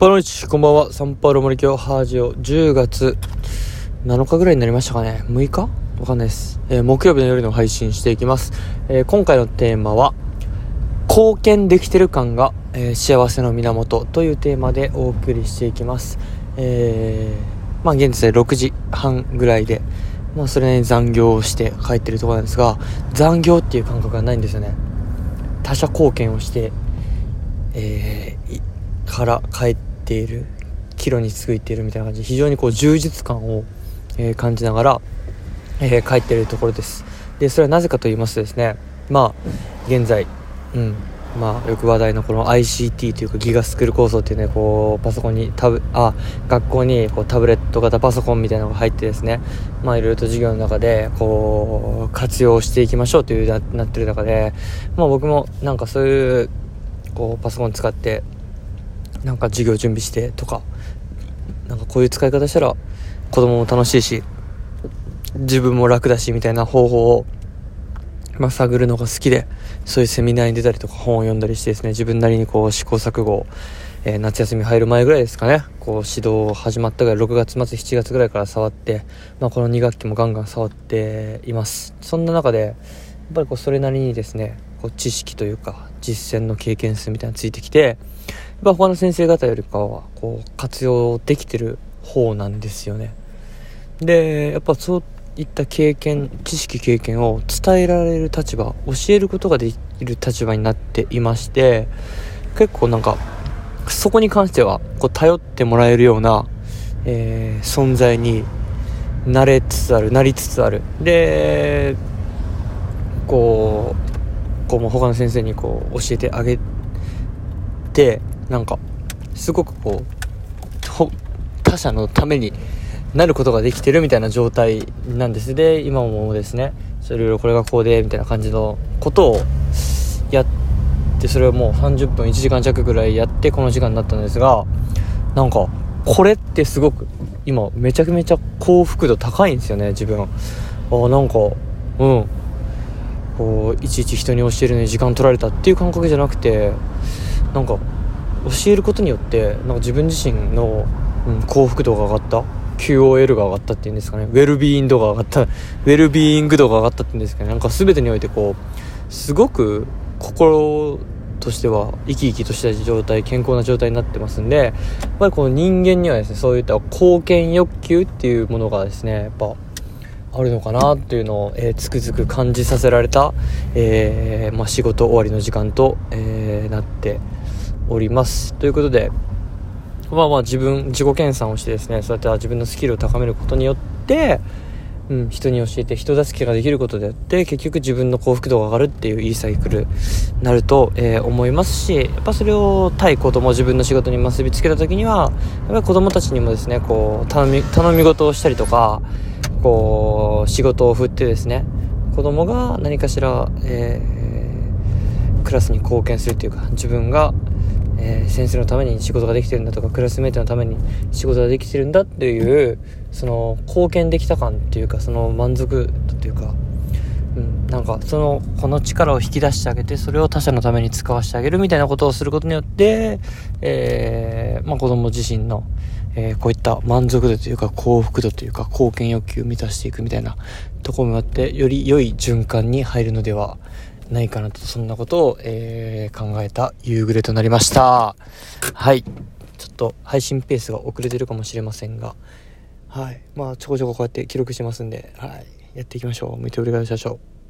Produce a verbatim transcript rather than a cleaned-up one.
パロイチ、こんばんは。サンパウロ森京ハージオじゅうがつなのかぐらいになりましたかね。むいかわかんないです、えー、木曜日の夜の配信していきます、えー、今回のテーマは貢献できてる感が、えー、幸せの源というテーマでお送りしていきます。えー、まあ現在ろくじはんぐらいで、まあそれなりに残業をして帰ってるところなんですが、残業っていう感覚がないんですよね。他者貢献をして、えー、から帰っている、帰路についているみたいな感じで、非常にこう充実感を、えー、感じながら、えー、帰っているところです。でそれはなぜかと言いますとですね、まあ現在、うんまあ、よく話題のこの アイシーティー というかギガスクール構想っていうね、こうパソコンにタブあ学校にこうタブレット型パソコンみたいなのが入ってですね、まあいろいろと授業の中でこう活用していきましょうというな, なってる中で、まあ僕もなんかそういうこうパソコン使ってなんか授業準備してとか、なんかこういう使い方したら子供も楽しいし自分も楽だしみたいな方法を、まあ、探るのが好きで、そういうセミナーに出たりとか本を読んだりしてですね、自分なりにこう試行錯誤を、えー、夏休み入る前ぐらいですかね、こう指導始まったぐらいろくがつ末しちがつぐらいから触って、まあ、このに学期もガンガン触っています。そんな中でやっぱりこうそれなりにですね、こう知識というか実践の経験数みたいなのついてきて、やっぱ他の先生方よりかはこう活用できてる方なんですよね。でやっぱそういった経験、知識経験を伝えられる立場、教えることができる立場になっていまして、結構なんかそこに関してはこう頼ってもらえるような、えー、存在になれつつあるなりつつある。でこうこうもう他の先生にこう教えてあげて、なんかすごくこう他者のためになることができてるみたいな状態なんです。で今もですね、いろいろこれがこうでみたいな感じのことをやって、それをもうさんじゅっぷんいちじかん弱ぐらいやってこの時間になったんですが、なんかこれってすごく今めちゃめちゃ幸福度高いんですよね、自分。あなんかうんこういちいち人に教えるのに時間取られたっていう感覚じゃなくて、なんか教えることによってなんか自分自身の、うん、幸福度が上がった、 キューオーエル が上がったっていうんですかね、ウェルビーイング度が上がったウェルビーイング度が上がったっていうんですかね、なんか全てにおいてこうすごく心としては生き生きとした状態、健康な状態になってますんで、やっぱりこの人間にはですね、そういった貢献欲求っていうものがですね、やっぱあるのかなっていうのを、えー、つくづく感じさせられた、えーまあ、仕事終わりの時間と、えー、なっております。ということで、まあまあ自分自己研鑽をしてですね、そうやって自分のスキルを高めることによって、うん、人に教えて人助けができることであって、結局自分の幸福度が上がるっていういいサイクルになると、えー、思いますし、やっぱそれを対子供自分の仕事に結びつけた時には、やっぱり子供たちにもですね、こう頼み頼み事をしたりとか、こう仕事を振ってですね、子供が何かしら、えー、クラスに貢献するというか、自分がえー、先生のために仕事ができてるんだとか、クラスメートのために仕事ができてるんだっていう、その貢献できた感っていうか、その満足度っていうか、うん、なんかそのこの力を引き出してあげて、それを他者のために使わせてあげるみたいなことをすることによって、えーまあ、子供自身の、えー、こういった満足度というか幸福度というか貢献欲求を満たしていくみたいなところもあって、より良い循環に入るのではないかなと、そんなことを、えー、考えた夕暮れとなりました。はい、ちょっと配信ペースが遅れてるかもしれませんが、はい、まあちょこちょここうやって記録してますんで、はい、やっていきましょう。見ておりください。